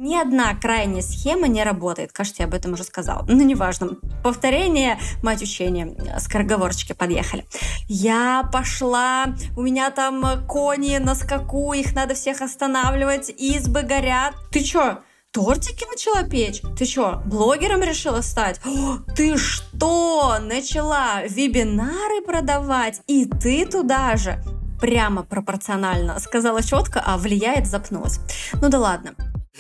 Ни одна крайняя схема не работает. Кажется, я об этом уже сказала. Но неважно. Повторение, мать учения. Скороговорочки подъехали. Я пошла, у меня там кони на скаку, их надо всех останавливать, избы горят. Ты чё? Тортики начала печь? Ты что, блогером решила стать? Ты что, начала вебинары продавать? И ты туда же? Прямо пропорционально. Сказала четко, а влияет, запнулась. Ну да ладно.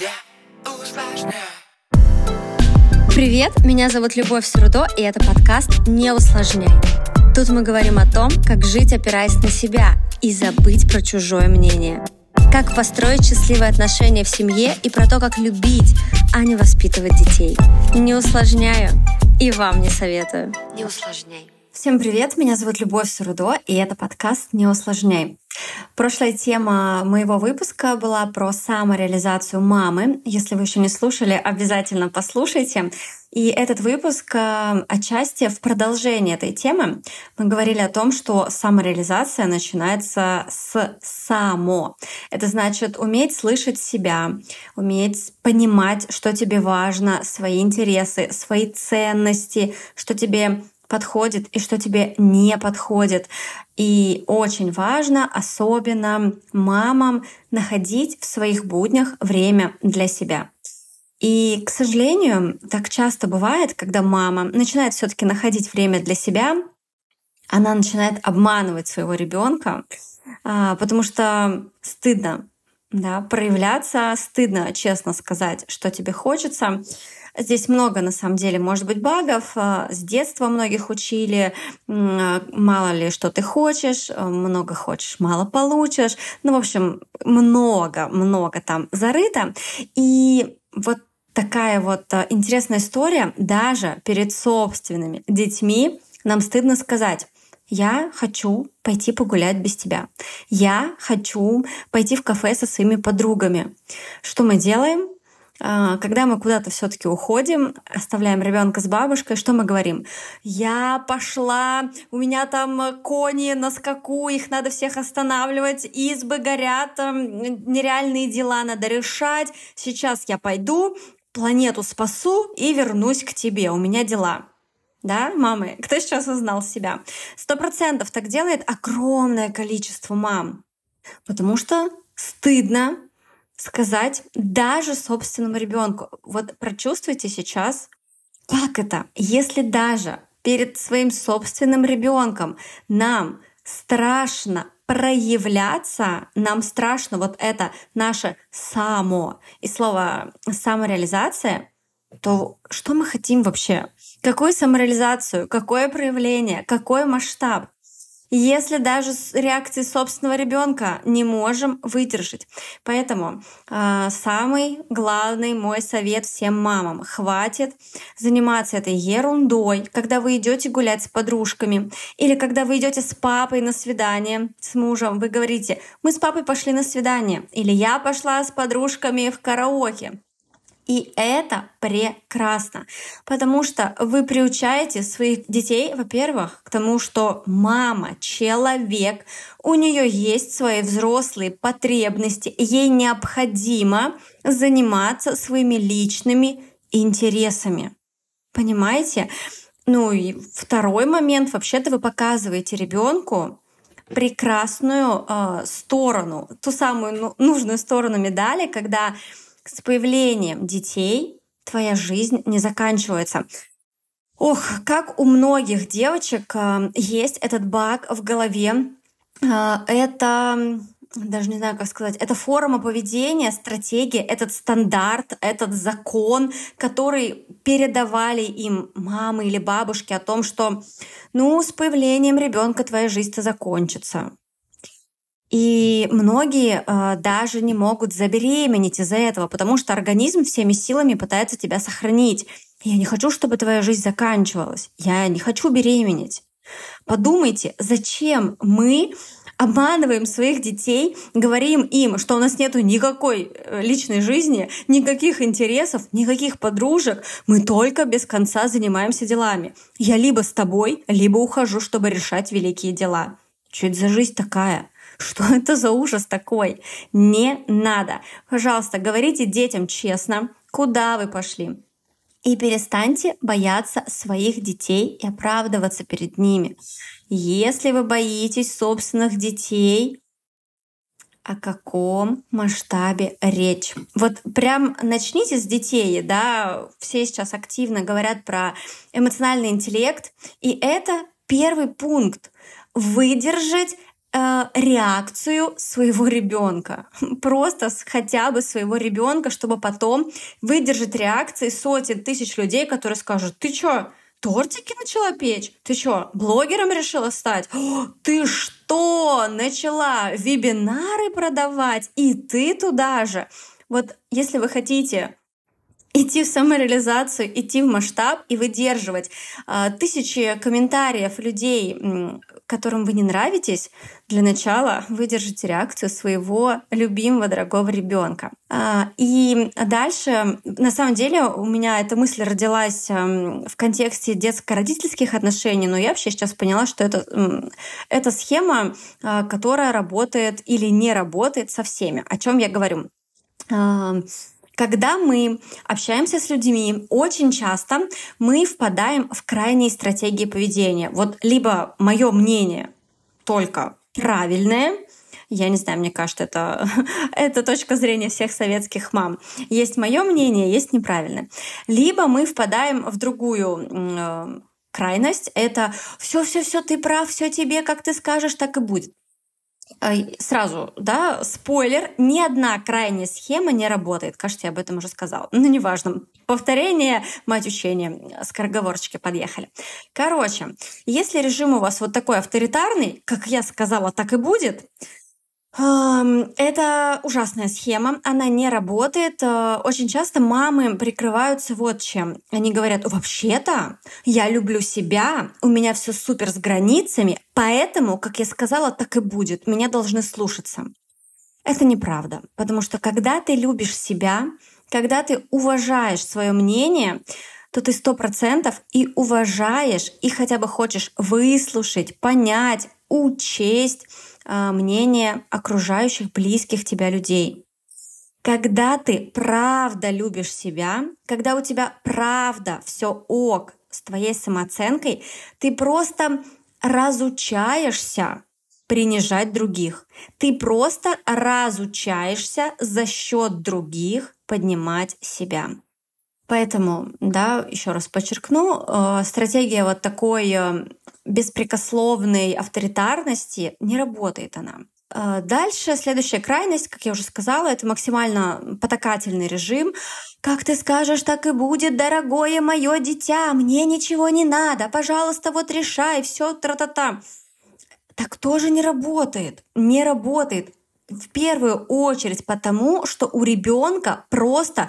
Привет, меня зовут Любовь Срудо, и это подкаст «Не усложняй». Тут мы говорим о том, как жить, опираясь на себя, и забыть про чужое мнение. Как построить счастливые отношения в семье и про то, как любить, а не воспитывать детей. Не усложняю, и вам не советую. Не усложняй. Всем привет, меня зовут Любовь Срудо, и это подкаст «Не усложняй». Прошлая тема моего выпуска была про самореализацию мамы. Если вы еще не слушали, обязательно послушайте. И этот выпуск отчасти в продолжении этой темы. Мы говорили о том, что самореализация начинается с само. Это значит уметь слышать себя, уметь понимать, что тебе важно, свои интересы, свои ценности, что тебе подходит и что тебе не подходит. И очень важно, особенно мамам, находить в своих буднях время для себя. И, к сожалению, так часто бывает, когда мама начинает все-таки находить время для себя, она начинает обманывать своего ребенка, потому что стыдно, да, проявляться, стыдно честно сказать, что тебе хочется. Здесь много, на самом деле, может быть, багов. С детства многих учили. Мало ли, что ты хочешь, много хочешь, мало получишь. Ну, в общем, много там зарыто. И вот такая вот интересная история. Даже перед собственными детьми нам стыдно сказать: «Я хочу пойти погулять без тебя. Я хочу пойти в кафе со своими подругами». Что мы делаем? Когда мы куда-то все-таки уходим, оставляем ребенка с бабушкой, что мы говорим? Я пошла, у меня там кони на скаку, их надо всех останавливать, избы горят, нереальные дела надо решать. Сейчас я пойду, планету спасу и вернусь к тебе, у меня дела. Да, мамы? Кто сейчас узнал себя? 100% так делает огромное количество мам, потому что стыдно сказать даже собственному ребенку. Вот прочувствуйте сейчас, как это, если даже перед своим собственным ребенком нам страшно проявляться, нам страшно вот это наше само и слово самореализация, то что мы хотим вообще? Какую самореализацию? Какое проявление? Какой масштаб? Если даже с реакции собственного ребенка не можем выдержать. Поэтому самый главный мой совет всем мамам: хватит заниматься этой ерундой, когда вы идете гулять с подружками или когда вы идете с папой на свидание с мужем. Вы говорите: мы с папой пошли на свидание, или я пошла с подружками в караоке. И это прекрасно, потому что вы приучаете своих детей, во-первых, к тому, что мама — человек, у нее есть свои взрослые потребности, ей необходимо заниматься своими личными интересами. Понимаете? Ну и второй момент, вообще-то вы показываете ребенку прекрасную сторону, ту самую нужную сторону медали, когда с появлением детей твоя жизнь не заканчивается. Ох, как у многих девочек есть этот баг в голове. Это, даже не знаю, как сказать, это форма поведения, стратегия, этот стандарт, этот закон, который передавали им мамы или бабушки о том, что с появлением ребенка твоя жизнь-то закончится. И многие даже не могут забеременеть из-за этого, потому что организм всеми силами пытается тебя сохранить. Я не хочу, чтобы твоя жизнь заканчивалась. Я не хочу беременеть. Подумайте, зачем мы обманываем своих детей, говорим им, что у нас нету никакой личной жизни, никаких интересов, никаких подружек, мы только без конца занимаемся делами. Я либо с тобой, либо ухожу, чтобы решать великие дела. Что это за жизнь такая? Что это за ужас такой? Не надо. Пожалуйста, говорите детям честно, куда вы пошли. И перестаньте бояться своих детей и оправдываться перед ними. Если вы боитесь собственных детей, о каком масштабе речь? Вот прям начните с детей, да, все сейчас активно говорят про эмоциональный интеллект, и это первый пункт — выдержать реакцию своего ребенка. Просто хотя бы своего ребенка, чтобы потом выдержать реакции сотен тысяч людей, которые скажут: ты чё, тортики начала печь? Ты чё, блогером решила стать? Ты что, начала вебинары продавать? И ты туда же. Вот если вы хотите идти в самореализацию, идти в масштаб и выдерживать тысячи комментариев людей, которым вы не нравитесь, для начала выдержите реакцию своего любимого, дорогого ребенка. И дальше, на самом деле, у меня эта мысль родилась в контексте детско-родительских отношений, но я вообще сейчас поняла, что это схема, которая работает или не работает со всеми. О чем я говорю? Когда мы общаемся с людьми, очень часто мы впадаем в крайние стратегии поведения. Вот либо мое мнение только правильное, я не знаю, мне кажется, это точка зрения всех советских мам. Есть мое мнение, есть неправильное. Либо мы впадаем в другую крайность. Это все, ты прав, все тебе, как ты скажешь, так и будет. Сразу, да, спойлер, ни одна крайняя схема не работает. Кажется, я об этом уже сказала. Но неважно. Повторение, мать учения. Скороговорочки подъехали. Короче, если режим у вас вот такой авторитарный, как я сказала, так и будет, это ужасная схема, она не работает. Очень часто мамы прикрываются вот чем. Они говорят: вообще-то я люблю себя, у меня все супер с границами, поэтому, как я сказала, так и будет, меня должны слушаться. Это неправда, потому что когда ты любишь себя, когда ты уважаешь свое мнение, то ты 100% и уважаешь, и хотя бы хочешь выслушать, понять, учесть мнение окружающих, близких тебя людей. Когда ты правда любишь себя, когда у тебя правда все ок с твоей самооценкой, ты просто разучаешься принижать других. Ты просто разучаешься за счет других поднимать себя. Поэтому, да, еще раз подчеркну, стратегия вот такой беспрекословной авторитарности не работает она. Дальше следующая крайность, как я уже сказала, это максимально потакательный режим. Как ты скажешь, так и будет, дорогое мое дитя, мне ничего не надо, пожалуйста, вот решай, все тра-та-та. Так тоже не работает, не работает. В первую очередь потому, что у ребенка просто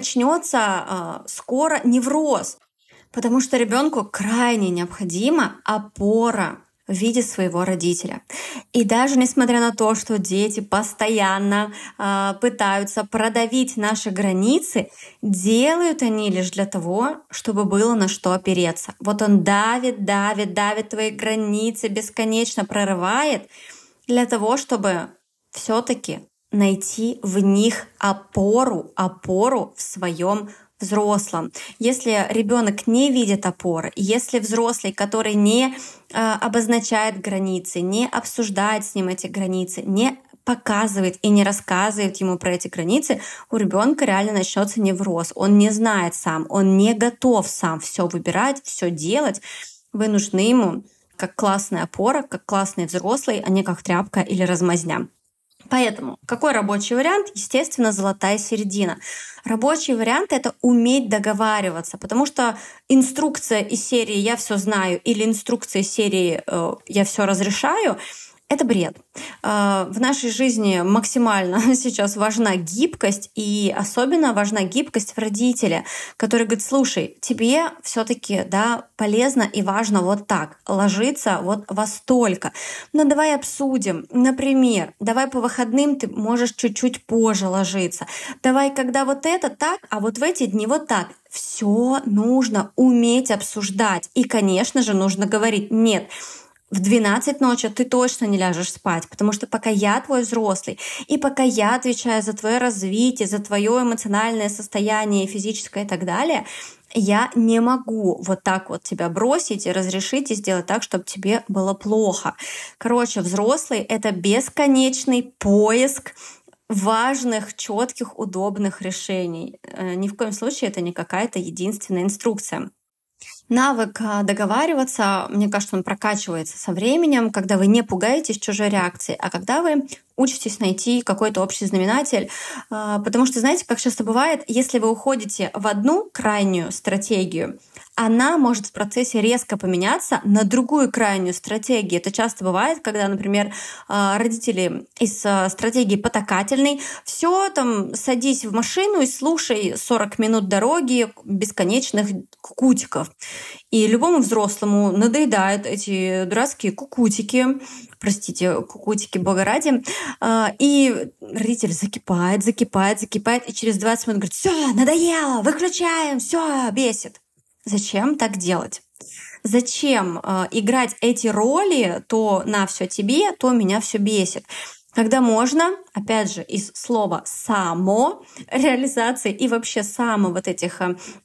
начнется скоро невроз, потому что ребенку крайне необходима опора в виде своего родителя. И даже несмотря на то, что дети постоянно пытаются продавить наши границы, делают они лишь для того, чтобы было на что опереться. Вот он давит твои границы, бесконечно прорывает для того, чтобы все-таки найти в них опору в своем взрослом. Если ребенок не видит опоры, если взрослый, который не обозначает границы, не обсуждает с ним эти границы, не показывает и не рассказывает ему про эти границы, у ребенка реально начнется невроз. Он не знает сам, он не готов сам все выбирать, все делать. Вы нужны ему как классная опора, как классный взрослый, а не как тряпка или размазня. Поэтому какой рабочий вариант? Естественно, золотая середина. Рабочий вариант — это уметь договариваться, потому что инструкция из серии «я все знаю» или инструкция из серии «я все разрешаю» — это бред. В нашей жизни максимально сейчас важна гибкость, и особенно важна гибкость в родителе, который говорит: слушай, тебе все-таки полезно и важно вот так, ложиться вот во столько. Но давай обсудим. Например, давай по выходным ты можешь чуть-чуть позже ложиться. Давай, когда вот это так, а вот в эти дни вот так. Все нужно уметь обсуждать. И, конечно же, нужно говорить: нет, в 12 ночи ты точно не ляжешь спать, потому что пока я твой взрослый, и пока я отвечаю за твое развитие, за твое эмоциональное состояние, физическое и так далее, я не могу вот так вот тебя бросить и разрешить и сделать так, чтобы тебе было плохо. Короче, взрослый — это бесконечный поиск важных, четких, удобных решений. Ни в коем случае это не какая-то единственная инструкция. Навык договариваться, мне кажется, он прокачивается со временем, когда вы не пугаетесь чужой реакции, а когда вы учитесь найти какой-то общий знаменатель. Потому что, знаете, как часто бывает, если вы уходите в одну крайнюю стратегию, она может в процессе резко поменяться на другую крайнюю стратегию. Это часто бывает, когда, например, родители из стратегии потакательной: все, там, садись в машину и слушай 40 минут дороги бесконечных кукутиков. И любому взрослому надоедают эти дурацкие кукутики, простите, кукутики, бога ради. И родитель закипает, и через 20 минут говорит: все, надоело, выключаем, все, бесит. Зачем так делать? Зачем играть эти роли: то на все тебе, то меня все бесит? Когда можно, опять же, из слова самореализации и вообще вот этих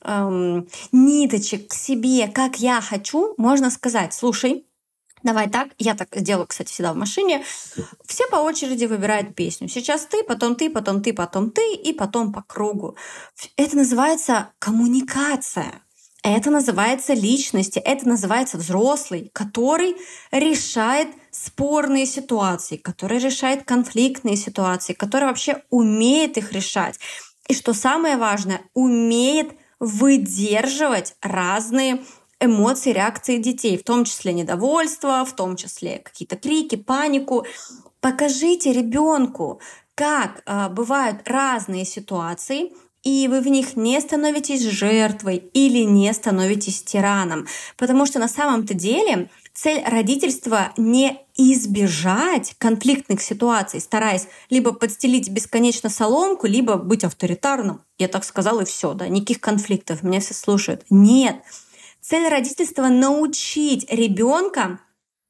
ниточек к себе, как я хочу, можно сказать: слушай, давай так, я так делаю, кстати, всегда в машине. Все по очереди выбирают песню. Сейчас ты, потом ты, потом ты, потом ты, и потом по кругу. Это называется коммуникация. Это называется личности, это называется взрослый, который решает спорные ситуации, который решает конфликтные ситуации, который вообще умеет их решать. И что самое важное, умеет выдерживать разные эмоции, реакции детей, в том числе недовольство, в том числе какие-то крики, панику. Покажите ребенку, как бывают разные ситуации, и вы в них не становитесь жертвой или не становитесь тираном. Потому что на самом-то деле цель родительства не избежать конфликтных ситуаций, стараясь либо подстелить бесконечно соломку, либо быть авторитарным. Я так сказала, и все, да, никаких конфликтов, меня все слушают. Нет. Цель родительства — научить ребенка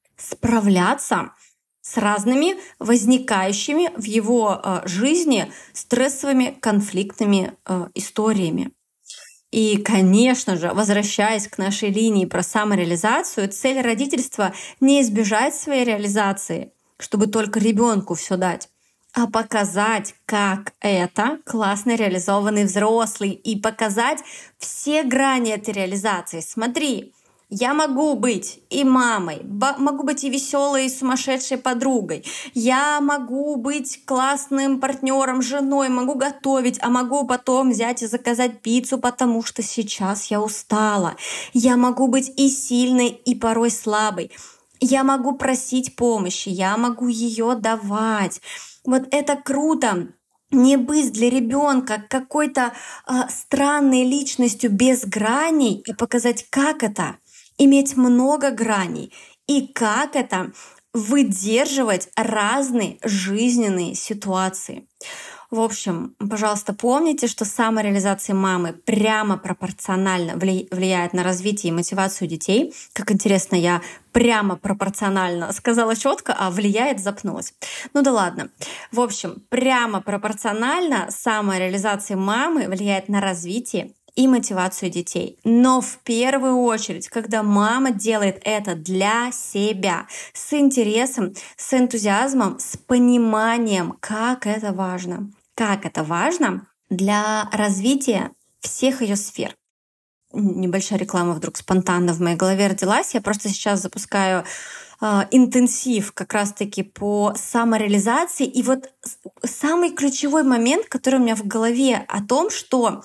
справляться с разными возникающими в его жизни стрессовыми конфликтными историями. И, конечно же, возвращаясь к нашей линии про самореализацию, цель родительства — не избежать своей реализации, чтобы только ребенку все дать, а показать, как это классно реализованный взрослый, и показать все грани этой реализации. Смотри, я могу быть и мамой, могу быть и веселой, и сумасшедшей подругой. Я могу быть классным партнером, женой, могу готовить, а могу потом взять и заказать пиццу, потому что сейчас я устала. Я могу быть и сильной, и порой слабой. Я могу просить помощи, я могу ее давать. Вот это круто. Не быть для ребенка какой-то странной личностью без граней, и показать, как это иметь много граней и как это выдерживать разные жизненные ситуации. В общем, пожалуйста, помните, что самореализация мамы прямо пропорционально влияет на развитие и мотивацию детей. Как интересно, я прямо пропорционально сказала четко, а влияет — запнулась. Ну да ладно. В общем, прямо пропорционально самореализация мамы влияет на развитие и мотивацию детей. Но в первую очередь, когда мама делает это для себя, с интересом, с энтузиазмом, с пониманием, как это важно. Как это важно для развития всех ее сфер. Небольшая реклама вдруг спонтанно в моей голове родилась. Я просто сейчас запускаю интенсив как раз-таки по самореализации. И вот самый ключевой момент, который у меня в голове, о том, что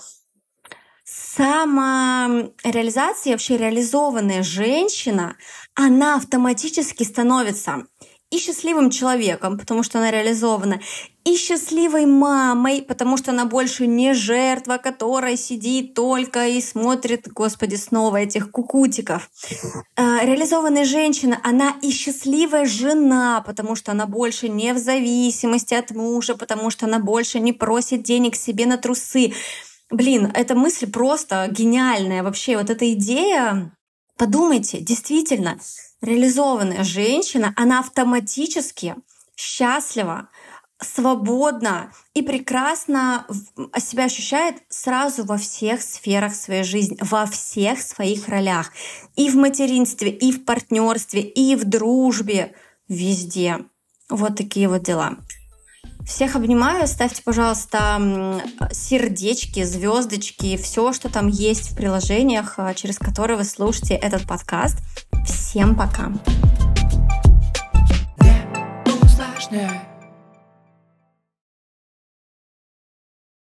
самореализация, вообще реализованная женщина, она автоматически становится и счастливым человеком, потому что она реализована, и счастливой мамой, потому что она больше не жертва, которая сидит только и смотрит, господи, снова этих кукутиков. Реализованная женщина, она и счастливая жена, потому что она больше не в зависимости от мужа, потому что она больше не просит денег себе на трусы. Блин, эта мысль просто гениальная. Вообще, вот эта идея Подумайте, действительно, реализованная женщина, она автоматически счастлива, свободна и прекрасно себя ощущает сразу во всех сферах своей жизни, во всех своих ролях. И в материнстве, и в партнерстве, и в дружбе, везде. Вот такие вот дела. Всех обнимаю. Ставьте, пожалуйста, сердечки, звездочки, все, что там есть в приложениях, через которые вы слушаете этот подкаст. Всем пока. Не усложняй.